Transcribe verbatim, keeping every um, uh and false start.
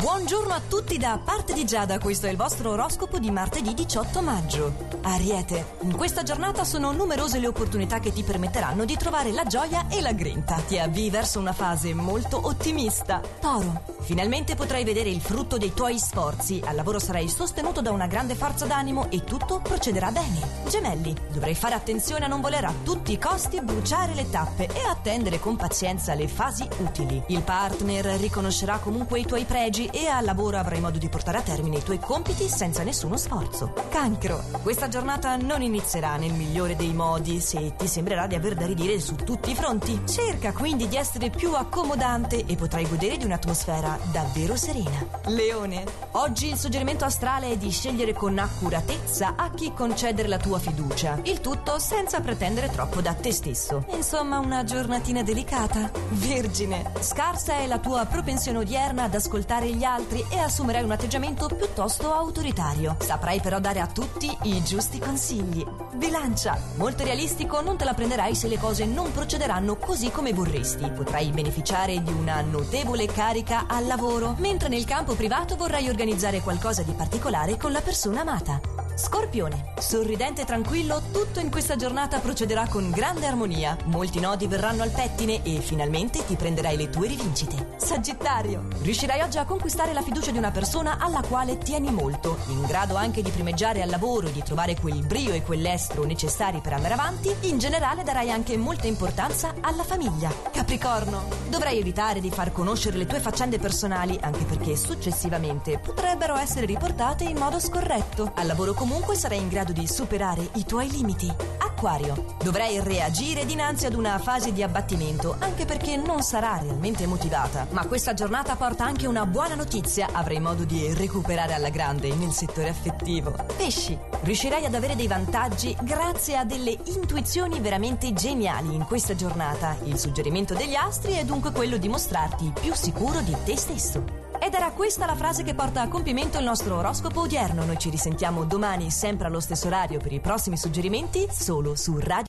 Buongiorno a tutti da parte di Giada, questo è il vostro oroscopo di martedì diciotto maggio. Ariete, in questa giornata sono numerose le opportunità che ti permetteranno di trovare la gioia e la grinta. Ti avvii verso una fase molto ottimista. Toro, finalmente potrai vedere il frutto dei tuoi sforzi. Al lavoro sarai sostenuto da una grande forza d'animo e tutto procederà bene. Gemelli, dovrai fare attenzione a non voler a tutti i costi bruciare le tappe e attendere con pazienza le fasi utili. Il partner riconoscerà comunque i tuoi pregi e al lavoro avrai modo di portare a termine i tuoi compiti senza nessuno sforzo. Cancro, questa giornata non inizierà nel migliore dei modi se ti sembrerà di aver da ridire su tutti i fronti. Cerca quindi di essere più accomodante e potrai godere di un'atmosfera davvero serena. Leone, oggi il suggerimento astrale è di scegliere con accuratezza a chi concedere la tua fiducia, il tutto senza pretendere troppo da te stesso. Insomma, una giornatina delicata. Vergine, scarsa è la tua propensione odierna ad ascoltare gli altri e assumerai un atteggiamento piuttosto autoritario. Saprai però dare a tutti i giusti consigli. Bilancia, molto realistico non te la prenderai se le cose non procederanno così come vorresti. Potrai beneficiare di una notevole carica al lavoro, mentre nel campo privato vorrai organizzare qualcosa di particolare con la persona amata. Scorpione, sorridente e tranquillo, tutto in questa giornata procederà con grande armonia. Molti nodi verranno al pettine e finalmente ti prenderai le tue rivincite. Sagittario, riuscirai oggi a conquistare la fiducia di una persona alla quale tieni molto, in grado anche di primeggiare al lavoro e di trovare quel brio e quell'estro necessari per andare avanti. In generale darai anche molta importanza alla famiglia. Capricorno, dovrai evitare di far conoscere le tue faccende personali, anche perché successivamente potrebbero essere riportate in modo scorretto. Al lavoro comunque sarai in grado di superare i tuoi limiti. Acquario, dovrai reagire dinanzi ad una fase di abbattimento, anche perché non sarà realmente motivata. Ma questa giornata porta anche una buona notizia, avrai modo di recuperare alla grande nel settore affettivo. Pesci, riuscirai ad avere dei vantaggi grazie a delle intuizioni veramente geniali in questa giornata. Il suggerimento degli astri è dunque quello di mostrarti più sicuro di te stesso. Ed era questa la frase che porta a compimento il nostro oroscopo odierno. Noi ci risentiamo domani sempre allo stesso orario per i prossimi suggerimenti solo su Radio